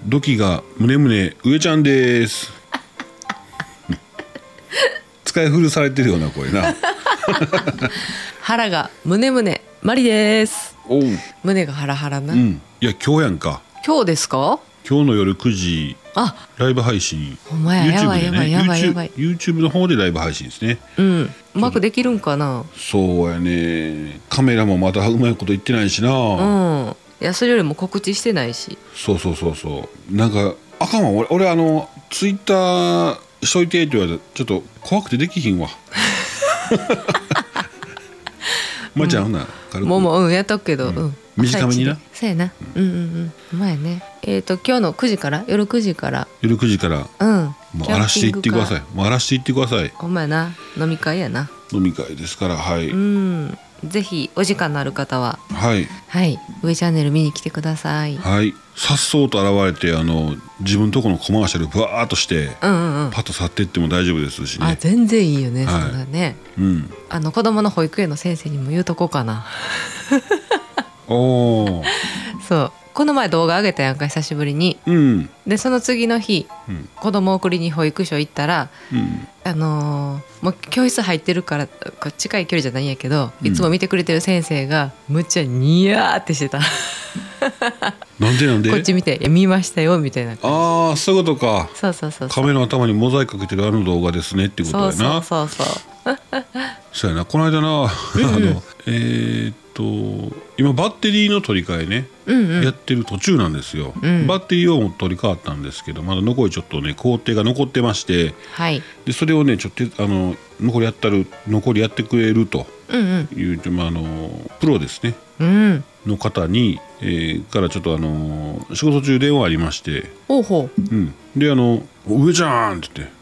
土器がむねむね上ちゃんです使い古されてるような声な腹がむねむねマリです。 おう、 胸がハラハラな、 うん、いや今日やんか。 今日ですか？ 今日の夜9時あ、 ライブ配信。 ほんまや、やばいやばいやばいやばい。 YouTube の方でライブ配信ですね。 うん、うまくできるんかな。 そうやね。カメラもまだうまいこと言ってないしな。 うん、いやそれよりも告知してないし。 そうなんかあかんわ。俺ツイッターしといてって言われてちょっと怖くてできひんわまあじゃあほな軽くもうやっとくけど、 短めにな。 そうやな、うまいね。今日の9時から夜9時からもう荒らしていってください。もう荒らしていってください。 ほんまやな、飲み会やな。 飲み会ですから、はい。 ぜひお時間のある方ははい上チャンネル見に来てください。 はい。さっそうと現れて自分のとこのコマーシャルブワーっとして、パッと去っていっても大丈夫ですしね。 あ、全然いいよね、そんなね。子供の保育園の先生にも言うとこうかなおそう、この前動画上げたやんか、久しぶりに。でその次の日、子供送りに保育所行ったら、もう教室入ってるから近い距離じゃないんやけど、いつも見てくれてる先生がむっちゃニヤーってしてたなんでこっち見て、いや見ましたよみたいな。 ああ、そういうことか。 そう亀の頭にモザイクかけてるあの動画ですねってことやな。 そうそうやな。この間な今バッテリーの取り替えね、やってる途中なんですよ。バッテリーをも取り替わったんですけど、まだ残りちょっとね工程が残ってまして、でそれをねちょっと残りやってくれるという、プロですね、の方に、からちょっと仕事中電話ありまして、で上ちゃんって言って、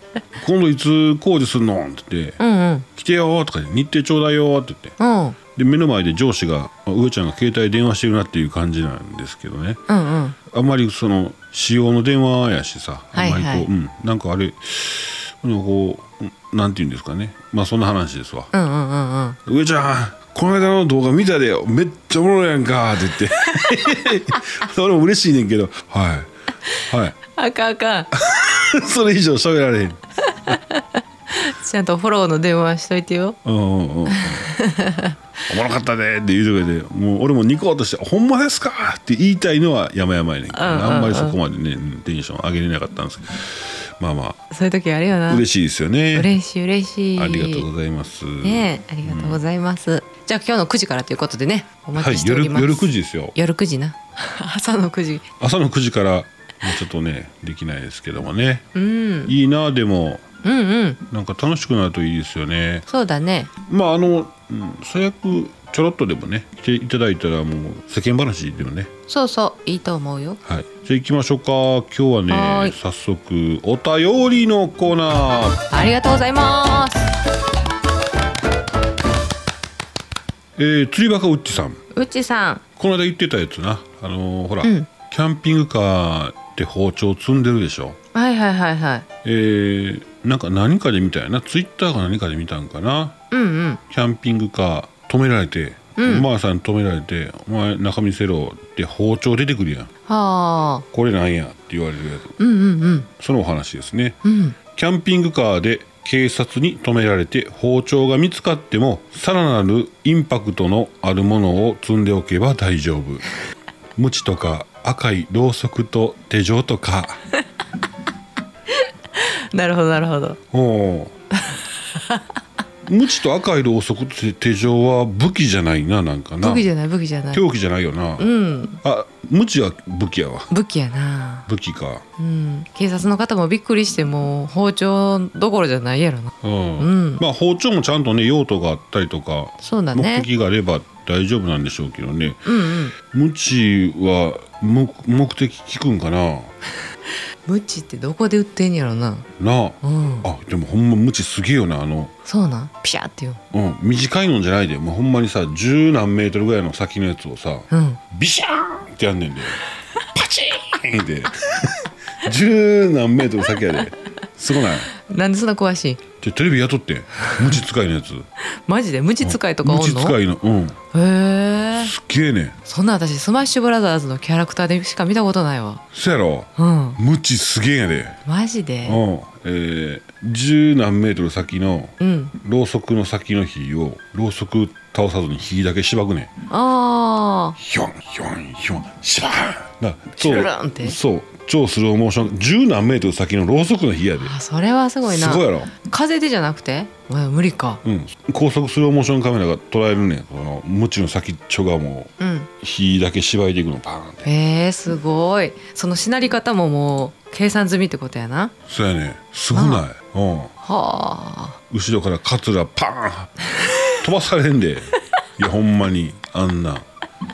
今度いつ工事すんのって言って、来てよとか日程ちょうだいよって言って、で目の前で上司が上ちゃんが携帯電話してるなっていう感じなんですけどね、あんまりその仕様の電話やしさ、あんまりこう、なんかあれこうなんていうんですかね、まあそんな話ですわ。上ちゃんこの間の動画見たでよ、めっちゃおもろいやんかって言って俺も嬉しいねんけど、 あかんあかんそれ以上喋られへんちゃんとフォローの電話しといてよ。 おもろかったねって言うとこで、もう俺もニコッとしてほんまですかって言いたいのは山々やねんけど、あんまりそこまでねテンション上げれなかったんですけど、まあそういう時あるよな。 嬉しいですよね。 嬉しい。 ありがとうございますね。ありがとうございます。じゃあ今日の9時からということでね、お待ちしております。 夜9時ですよ。 夜9時な朝の9時からもうちょっとねできないですけどもね、いいな。でもなんか楽しくなるといいですよね。 そうだね。 まあ最悪ちょろっとでもね来ていただいたら、もう世間話でもね。 そういいと思うよ。 じゃあ行きましょうか。今日はね早速お便りのコーナー。 ありがとうございます。 釣りバカウッチさん。この間言ってたやつな、ほら、キャンピングカーで包丁積んでるでしょ。なんか何かで見たやな、ツイッターか何かで見たんかな。キャンピングカー止められて、おばあさんに止められて、お前中見せろって包丁出てくるやん。これなんやって言われるやつ、そのお話ですね。キャンピングカーで警察に止められて包丁が見つかっても、さらなるインパクトのあるものを積んでおけば大丈夫。ムチとか赤いろうそくと手錠とかなるほど。 ムチと赤いろうそくと手錠は武器じゃないな。なんかな、 武器じゃない凶器じゃないよな。ムチは武器やわ。 武器やな。 武器か。 警察の方もびっくりして、もう包丁どころじゃないやろな。まあ包丁もちゃんとね用途があったりとか、目的があれば大丈夫なんでしょうけどね。ムチは目的聞くんかな。 ムチってどこで売ってんやろな。 あ、でもほんまムチすげえよな。 そうなん、ピシャってよ。 短いのじゃないで、もうほんまにさ十何メートルぐらいの先のやつをさ、ビシャーンってやんねんで、パチーンって十何メートル先やで。すごない？ なんでそんな詳しい？ テレビ雇って無知使いのやつマジで無知使いとかおんの？ 無知使いの、 へえ、 すっげえね。 そんな私スマッシュブラザーズのキャラクターでしか見たことないわ。 そやろ、無知すげえやで。 マジで十何メートル先のろうそくの先の火をろうそく倒さずに火だけしばくね。 ああ、 ヒョンヒョンヒョンシャーンシュルンって。 そう超スローモーション十何メートル先のろうそくの火やで。 それはすごいな。 すごいやろ。 風でじゃなくて無理か。 高速スローモーションカメラが捉えるねん。この無知の先っちょがもう、火だけしばいていくのパーンって。 すごい。そのしなり方ももう計算済みってことやな。 そうやね。すごない。 はあ。 後ろからカツラパーン飛ばされんで。いやほんまにあんな。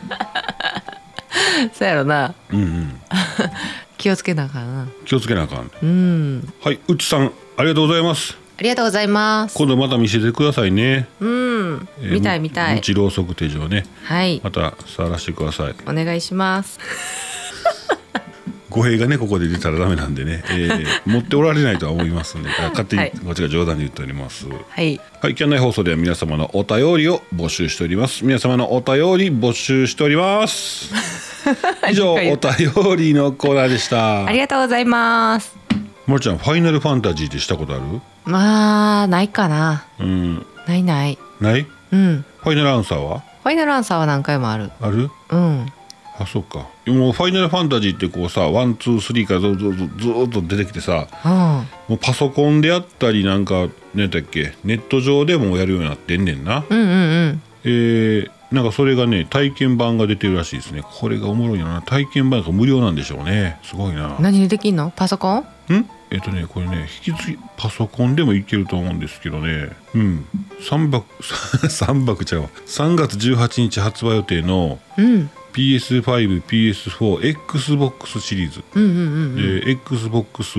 そうやろな。気をつけなあかんな。 気をつけなあかん。はい、うちさんありがとうございます。 ありがとうございます。 今度また見せてくださいね。 見たい見たい。 無知ろうそく手錠ね。 はい。 また触らせてください。 お願いします。 語弊がねここで出たらダメなんでね、持っておられないとは思いますので勝手にこっちが冗談で言っております。はい、はい、キャンナイ放送では皆様のお便りを募集しております。皆様のお便り募集しております以上お便りのコーナーでした。 ありがとうございます。 まるちゃんファイナルファンタジーってしたことある？ まあないかな。ないない。 ない？ファイナルアンサーは？ファイナルアンサーは何回もある。 ある？あ、そうか。もうファイナルファンタジーってこうさワンツースリーからずっと出てきてさ、もうパソコンであったりなんか何だっけネット上でもやるようになってんねんな。なんかそれがね体験版が出てるらしいですね。これがおもろいな。体験版が無料なんでしょうね。すごいな。 何でできんの？パソコン？ これね引き継ぎパソコンでもいけると思うんですけどね。3月18日発売予定の、PS5、PS4、Xbox シリーズ、Xbox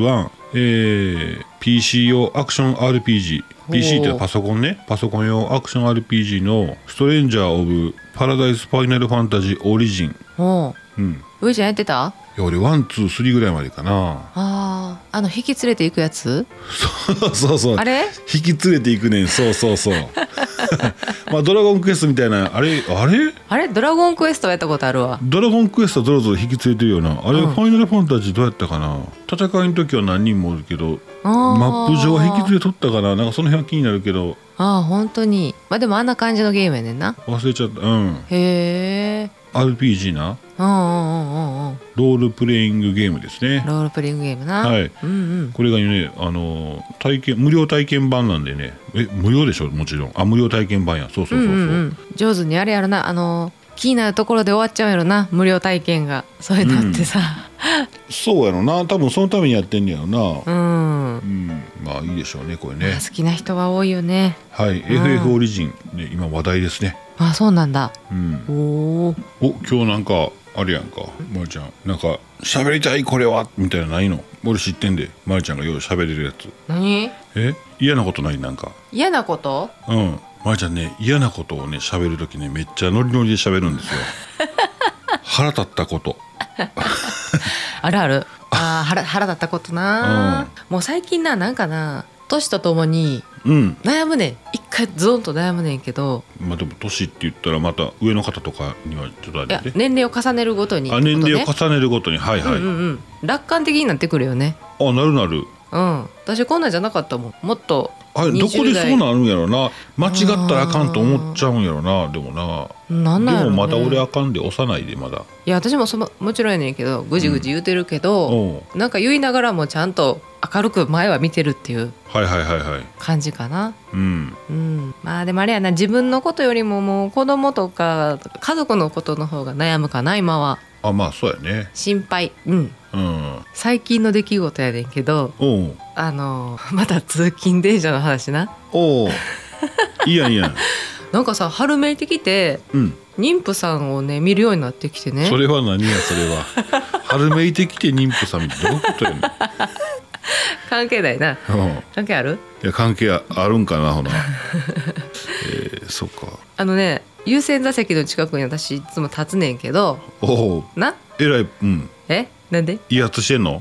One、PC 用アクション RPG、PC ってパソコンね、パソコン用アクション RPG のストレンジャー・オブ・パラダイス・ファイナル・ファンタジー・オリジン。 上ちゃんやってた？ いや俺ワンツースリーぐらいまでかな。 引き連れていくやつ？ そうあれ引き連れていくねん。そうまあドラゴンクエストみたいなあれドラゴンクエストはやったことあるわ。 ドラゴンクエストぞろぞろ引き連れてるよな。あれ、ファイナルファンタジーどうやったかな。戦いの時は何人もおるけどマップ上は引き連れとったかな。なんかその辺は気になるけど。 本当に。まあでもあんな感じのゲームやねんな。 忘れちゃった。 へえ。 RPG な。ロールプレイングゲームですね。 ロールプレイングゲームな。 はい。これがね無料体験版なんでね。無料でしょもちろん。無料体験版や。そう。 上手にあれやろな。気になるところで終わっちゃうやろな。無料体験がそういうのってさ。 そうやろな。多分そのためにやってんねやろな。まあいいでしょうねこれね。 好きな人は多いよね。 はい。FF オリジンね今話題ですね。 そうなんだ。 今日なんかあれやんか、まるちゃんなんか喋りたいこれはみたいなないの？俺知ってんで、まるちゃんがよう喋れるやつ。 何？ 嫌なことない？なんか嫌なこと？ まるちゃんね嫌なことをね喋るときねめっちゃノリノリで喋るんですよ腹立ったことあるある。腹立ったことな。もう最近なんかな年とともに悩むねん。一回ゾーンと悩むねんけど、 でも年って言ったらまた上の方とかにはちょっとあれで、 年齢を重ねるごとに、 年齢を重ねるごとに楽観的になってくるよね。 なる。 私こんなんじゃなかったもん。もっとどこでそうなるんやろな。間違ったらあかんと思っちゃうんやろな。でもでもまだ俺あかんで押さないでまだ。 いや私ももちろんやねんけどぐじぐじ言うてるけど、なんか言いながらもちゃんと明るく前は見てるっていう感じかな。まあでもあれやな、自分のことよりももう子供とか家族のことの方が悩むかな今は。 まあそうやね。 心配。最近の出来事やねんけど、また通勤電車の話な。いやなんかさ春めいてきて、妊婦さんをね見るようになってきてね。 それは何やそれは春めいてきて妊婦さんってどういうことやねん関係ないな。関係ある？ いや関係あるんかなほなそっか。 優先座席の近くに私いつも立つねんけどな。 えらい。 なんで？ 威圧してんの？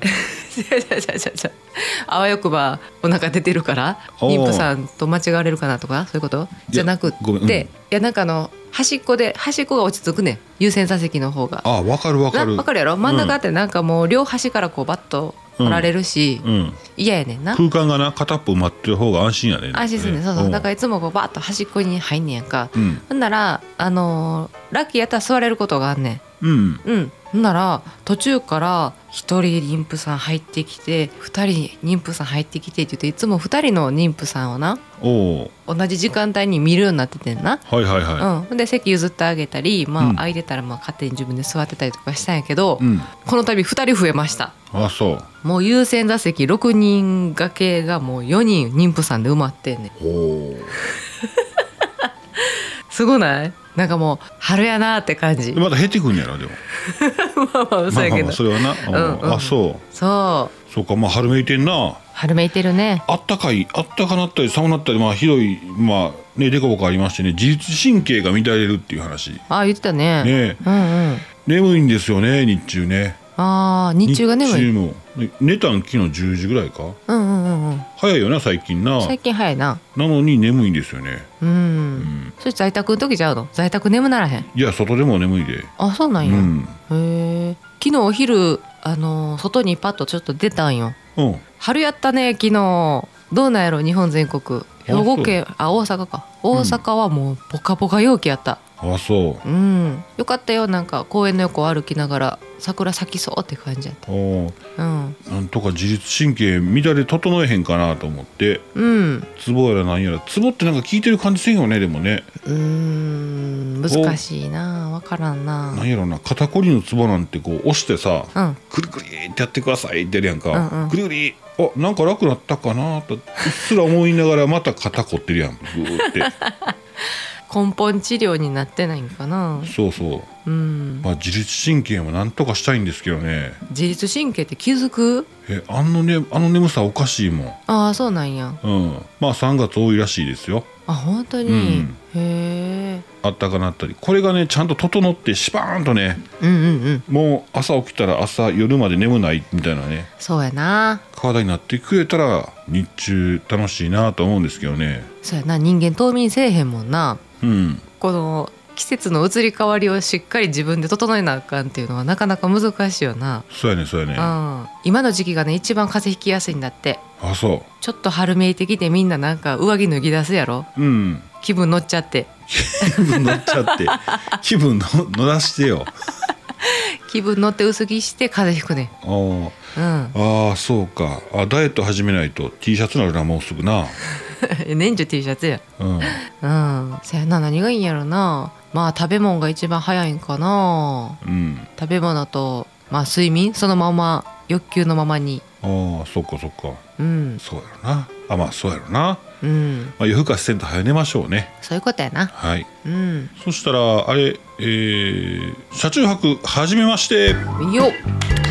あわよくばお腹出てるから妊婦さんと間違われるかなとかそういうことじゃなくって、いやなんか端っこが落ち着くねん、優先座席の方が。 あ、わかるわかる。 わかるやろ。真ん中ってなんかもう両端からこうバッと取られるし、嫌やねんな。 空間がな片っぽ埋まってる方が安心やねん。 安心するねん。そうそう。だからいつもこうバッと端っこに入んねやんか。ほんならラッキーやったら座れることがあんねん。ほんなら途中から1人妊婦さん入ってきて2人妊婦さん入ってきてって言って、いつも2人の妊婦さんをな同じ時間帯に見るようになっててんな。 はいはいはい。 で席譲ってあげたり、空いてたら勝手に自分で座ってたりとかしたんやけど、この度2人増えました。 あ、そう。 もう優先座席6人掛けがもう4人妊婦さんで埋まってんねん。すごない？なんかもう春やなって感じ。 まだ減ってくんやろでも。 そうやけど。 それはな。あ、そう。そうか、春めいてんな。 春めいてるね。 あったかなったり寒なったり、ひどいデコボコありましてね、自律神経が乱れるっていう話。 あ、言ってたね。 眠いんですよね、日中ね。 日中が眠い。 日中も寝たん昨日10時ぐらいか。早いよな最近な。 最近早いな。 なのに眠いんですよね。 それ在宅の時ちゃうの？在宅眠ならへん？ いや、外でも眠いで。 あ、そうなんや。昨日お昼外にパッとちょっと出たんよ。春やったね昨日。どうなんやろ日本全国。兵庫県、大阪か。大阪はもうポカポカ陽気やった。 あ、そう。 よかったよ。なんか公園の横を歩きながら桜咲きそうって感じやった。 なんとか自律神経乱れ整えへんかなと思って。ツボやらなんやら。ツボってなんか効いてる感じせんよねでもね。 難しいな、分からんな。 なんやろな、肩こりのツボなんてこう押してさ、クリクリってやってくださいってやるやんか。クリクリ、なんか楽なったかなとうっすら思いながらまた肩こってるやん。グーって。 根本治療になってないんかな。 そうそう。自律神経もなんとかしたいんですけどね。 自律神経って気づく？ あの眠さおかしいもん。 ああ、そうなんや。 3月多いらしいですよ。 あ、本当に。 あったかなったり、これがねちゃんと整ってシバーンとね、もう朝起きたら夜まで眠ないみたいなね。 そうやな。 体になってくれたら日中楽しいなと思うんですけどね。 そうやな、人間冬眠せえへんもんな。この季節の移り変わりをしっかり自分で整えなあかんっていうのはなかなか難しいよな。 そうやね、そうやね。 今の時期がね一番風邪ひきやすいんだって。 あ、そう。 ちょっと春めいてきてみんななんか上着脱ぎ出すやろ。気分乗っちゃって。 気分乗っちゃって。気分乗らしてよ。 気分乗って薄着して風邪ひくね。 ああ、そうか。ダイエット始めないと T シャツなるな、もうすぐな。 年中 T シャツや。そやな、何がいいんやろな。食べ物が一番早いんかな。食べ物と睡眠、そのまま欲求のままに。 そっかそっか。そうやろな。そうやろな。夜更かしせんと早寝ましょうね。 そういうことやな。 はい。そしたらあれ、車中泊始めまして。 よっ。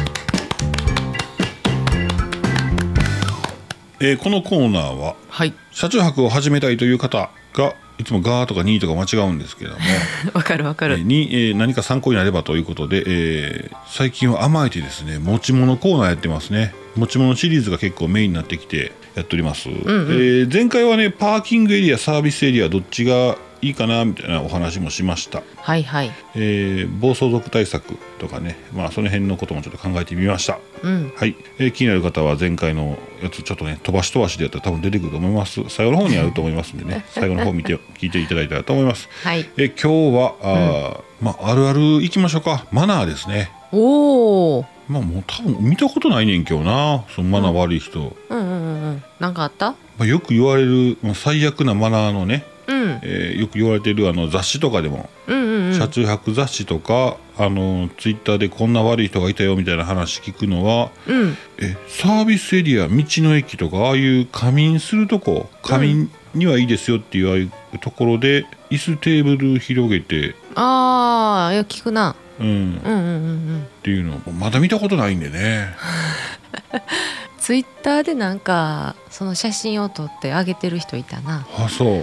このコーナーは、車中泊を始めたいという方がいつもガーとかニーとか間違うんですけれどもわかるわかる、 に、何か参考になればということで、最近は甘えてですね、持ち物コーナーやってますね。持ち物シリーズが結構メインになってきてやっております。前回はね、パーキングエリア、サービスエリアどっちがいいかなみたいなお話もしました。暴走族対策とかね、その辺のこともちょっと考えてみました。気になる方は前回のやつちょっとね飛ばしでやったら多分出てくると思います。最後の方にあると思いますんでね最後の方見て聞いていただいたらと思います。今日はあるあるいきましょうか。マナーですね。もう多分見たことないねん今日な、そのマナー悪い人。 なんかあった？ よく言われる最悪なマナーのね、よく言われている雑誌とかでも、車中泊雑誌とかツイッターでこんな悪い人がいたよみたいな話聞くのは、サービスエリア、道の駅とかああいう仮眠するとこ、仮眠にはいいですよっていうところで椅子テーブル広げて、よく聞くな。 っていうのまだ見たことないんでね。 ツイッターでなんかその写真を撮ってあげてる人いたな。 そう。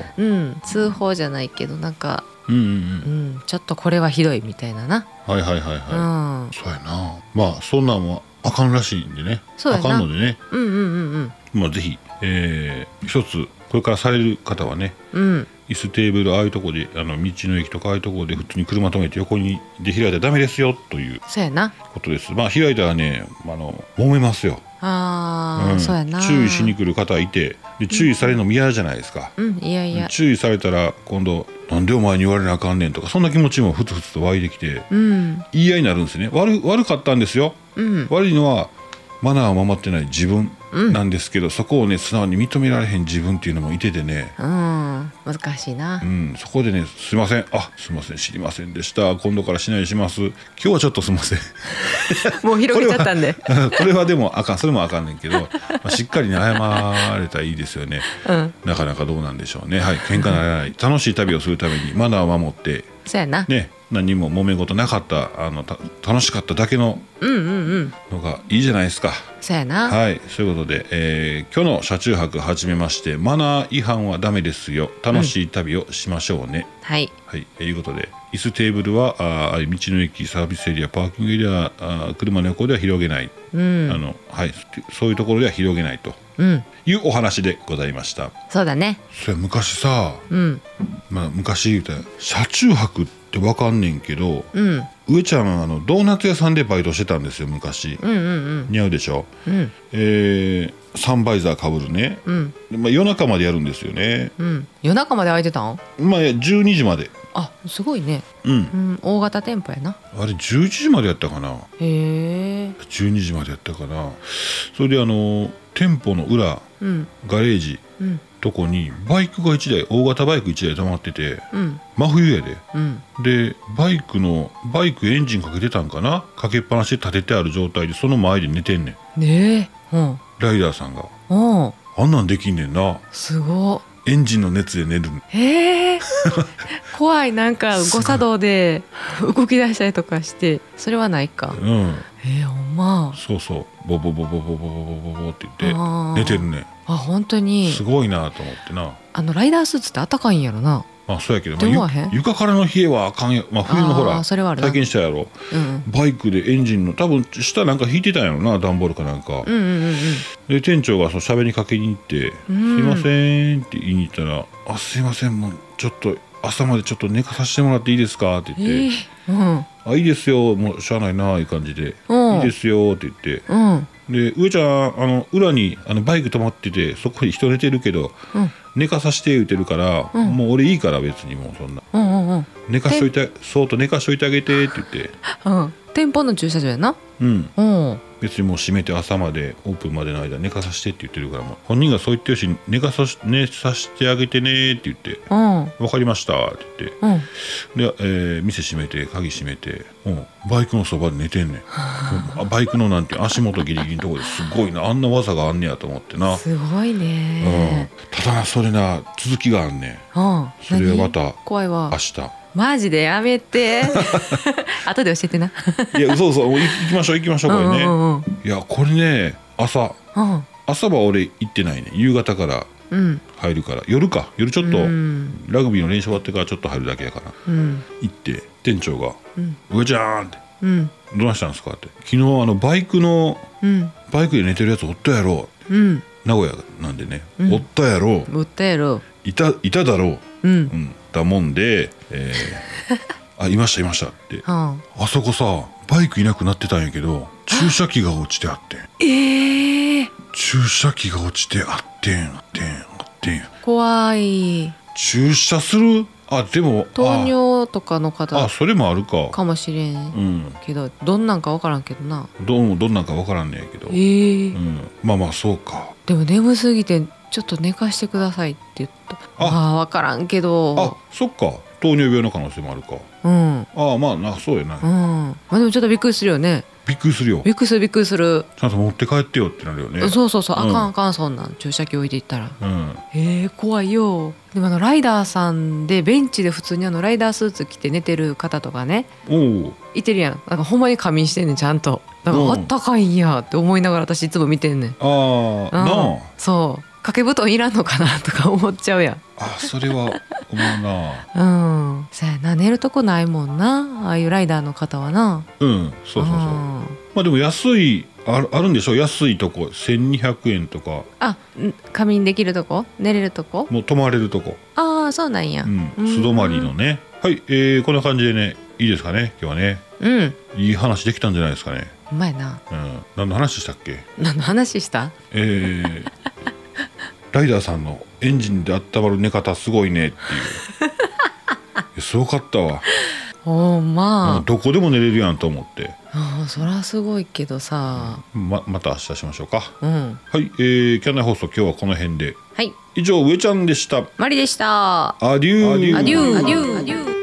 通報じゃないけどなんかちょっとこれはひどいみたいなな。 そうやな。そんなんもああかんらしいんでね。あかんのでね。まあぜひ、一つこれからされる方はね、椅子テーブルああいうとこで道の駅とかああいうとこで普通に車止めて横にで開いたらダメですよということです。まあ開いたらね揉めますよ。 そうやな。 注意しに来る方いて、で注意されるのも嫌じゃないですか。 いやいや。 注意されたら今度なんでお前に言われなあかんねんとか、そんな気持ちもふつふつと湧いてきて、言い合いになるんですね。悪かったんですよ。悪いのはマナーを守ってない自分なんですけど、そこをね素直に認められへん自分っていうのもいててね、 難しいな。 そこでねすいません知りませんでした、今度からしないようにします、今日はちょっとすいませんもう広げちゃったんでこれはでもあかん、それもあかんねんけど、しっかりね謝れたらいいですよね。なかなかどうなんでしょうね。はい、喧嘩ならない楽しい旅をするためにマナーを守ってそうやなね、何も揉め事なかった楽しかっただけののがいいじゃないですか。 そうやな。 はい、そういうことで、今日の車中泊始めまして、マナー違反はダメですよ、楽しい旅をしましょうね。はい、いうことで椅子テーブルは道の駅サービスエリアパーキングエリア車の横では広げない、そういうところでは広げないというお話でございました。 そうだね。 それ昔さ、昔言うたら車中泊ってわかんねんけど、上ちゃんはドーナツ屋さんでバイトしてたんですよ昔。似合うでしょ。サンバイザーかぶるね、夜中までやるんですよね。 夜中まで開いてたん ？12時まで。 あ、すごいね。大型店舗やな。 あれ11時までやったかな。 へえ。 12時までやったかな。それで店舗の裏、ガレージとこにバイクが1台、大型バイク1台止まってて、真冬やで、でバイクエンジンかけてたんかな、かけっぱなしで立ててある状態でその前で寝てんねん。ライダーさんがあんなんできんねんな。 すごい。 エンジンの熱で寝る。 怖い。なんか誤作動で動き出したりとかして。それはないか。ほんま。そうボボボボボボボボボって言って寝てるね。本当にすごいなと思ってな。ライダースーツってあったかいんやろな。 そうやけど、床からの冷えはあかんよ。冬のほら体験したやろ。バイクでエンジンの多分下なんか引いてたんやろな、段ボールかなんか。で店長が喋りかけに行って「すいません」って言いに行ったら「すいません、もうちょっと朝までちょっと寝かさせてもらっていいですか」って言って「いいですよ、もうしゃあないな」いう感じで「いいですよ」って言って。で上ちゃん裏にバイク止まってて、そこに人寝てるけど、寝かさして言うてるから、もう俺いいから別にもうそんな、寝かしといて、そうと寝かしといてあげてって言って、 店舗の駐車場やな。 別にもう閉めて朝までオープンまでの間寝かさしてって言ってるから、もう本人がそう言ってるし、寝させてあげてねって言って、分かりましたって言って、で、店閉めて鍵閉めて、バイクのそばで寝てんねん。バイクのなんて足元ギリギリのところですごいな、あんな技があんねやと思ってな。 すごいね。 ただな、それな続きがあんねん。それはまた怖いわ。 明日。 マジでやめて後で教えてな。 いや、そう行きましょうこれね。いや、これね、朝は俺行ってないね。夕方から入るから、夜ちょっとラグビーの練習終わってからちょっと入るだけやから、行って店長が「上ちゃん」って「どうしたんですか?」って「昨日バイクで寝てるやつおったやろ」名古屋なんでね、おったやろ、いただろう、だもんで、いましたって、あそこさバイクいなくなってたんやけど駐車機が落ちてあってん。駐車機が落ちてあってん。 怖い。 駐車する。でも糖尿とかの方それもあるかもしれんけど、どんなんか分からんけどな。 どんなんか分からんねんけど、まあそうか。 でも眠すぎてちょっと寝かしてくださいって言った。分からんけど。 そっか、糖尿病の可能性もあるか。まあそうやな。 でもちょっとびっくりするよね。 びっくりするよ。 びっくりする。 ちゃんと持って帰ってよってなるよね。 そうあかんそんなん駐車機置いていったら。怖いよ。でもライダーさんでベンチで普通にライダースーツ着て寝てる方とかねいてるやん。なんかほんまに仮眠してんねん、ちゃんと。だからあったかいんやって思いながら私いつも見てんねん。そう掛け布団いらんのかなとか思っちゃうやん。 それは思うな。 そうやな、寝るとこないもんな、ああいうライダーの方はな。 そう。まあでも安いあるんでしょ、安いとこ1200円とか。 仮眠できるとこ、寝れるとこ、 もう泊まれるとこ。 ああそうなんや。 素泊まりのね。はい、こんな感じでね、いいですかね今日はね。いい話できたんじゃないですかね。 うまいな。 何の話したっけ。 何の話した？ ライダーさんのエンジンで温まる寝方すごいねっていうすごかったわ。 まあどこでも寝れるやんと思って。 そりゃすごいけどさ、 また明日しましょうか。 はい、 キャンナイ放送今日はこの辺で。以上、上ちゃんでした。 マリでした。 アデュー。 アデュー。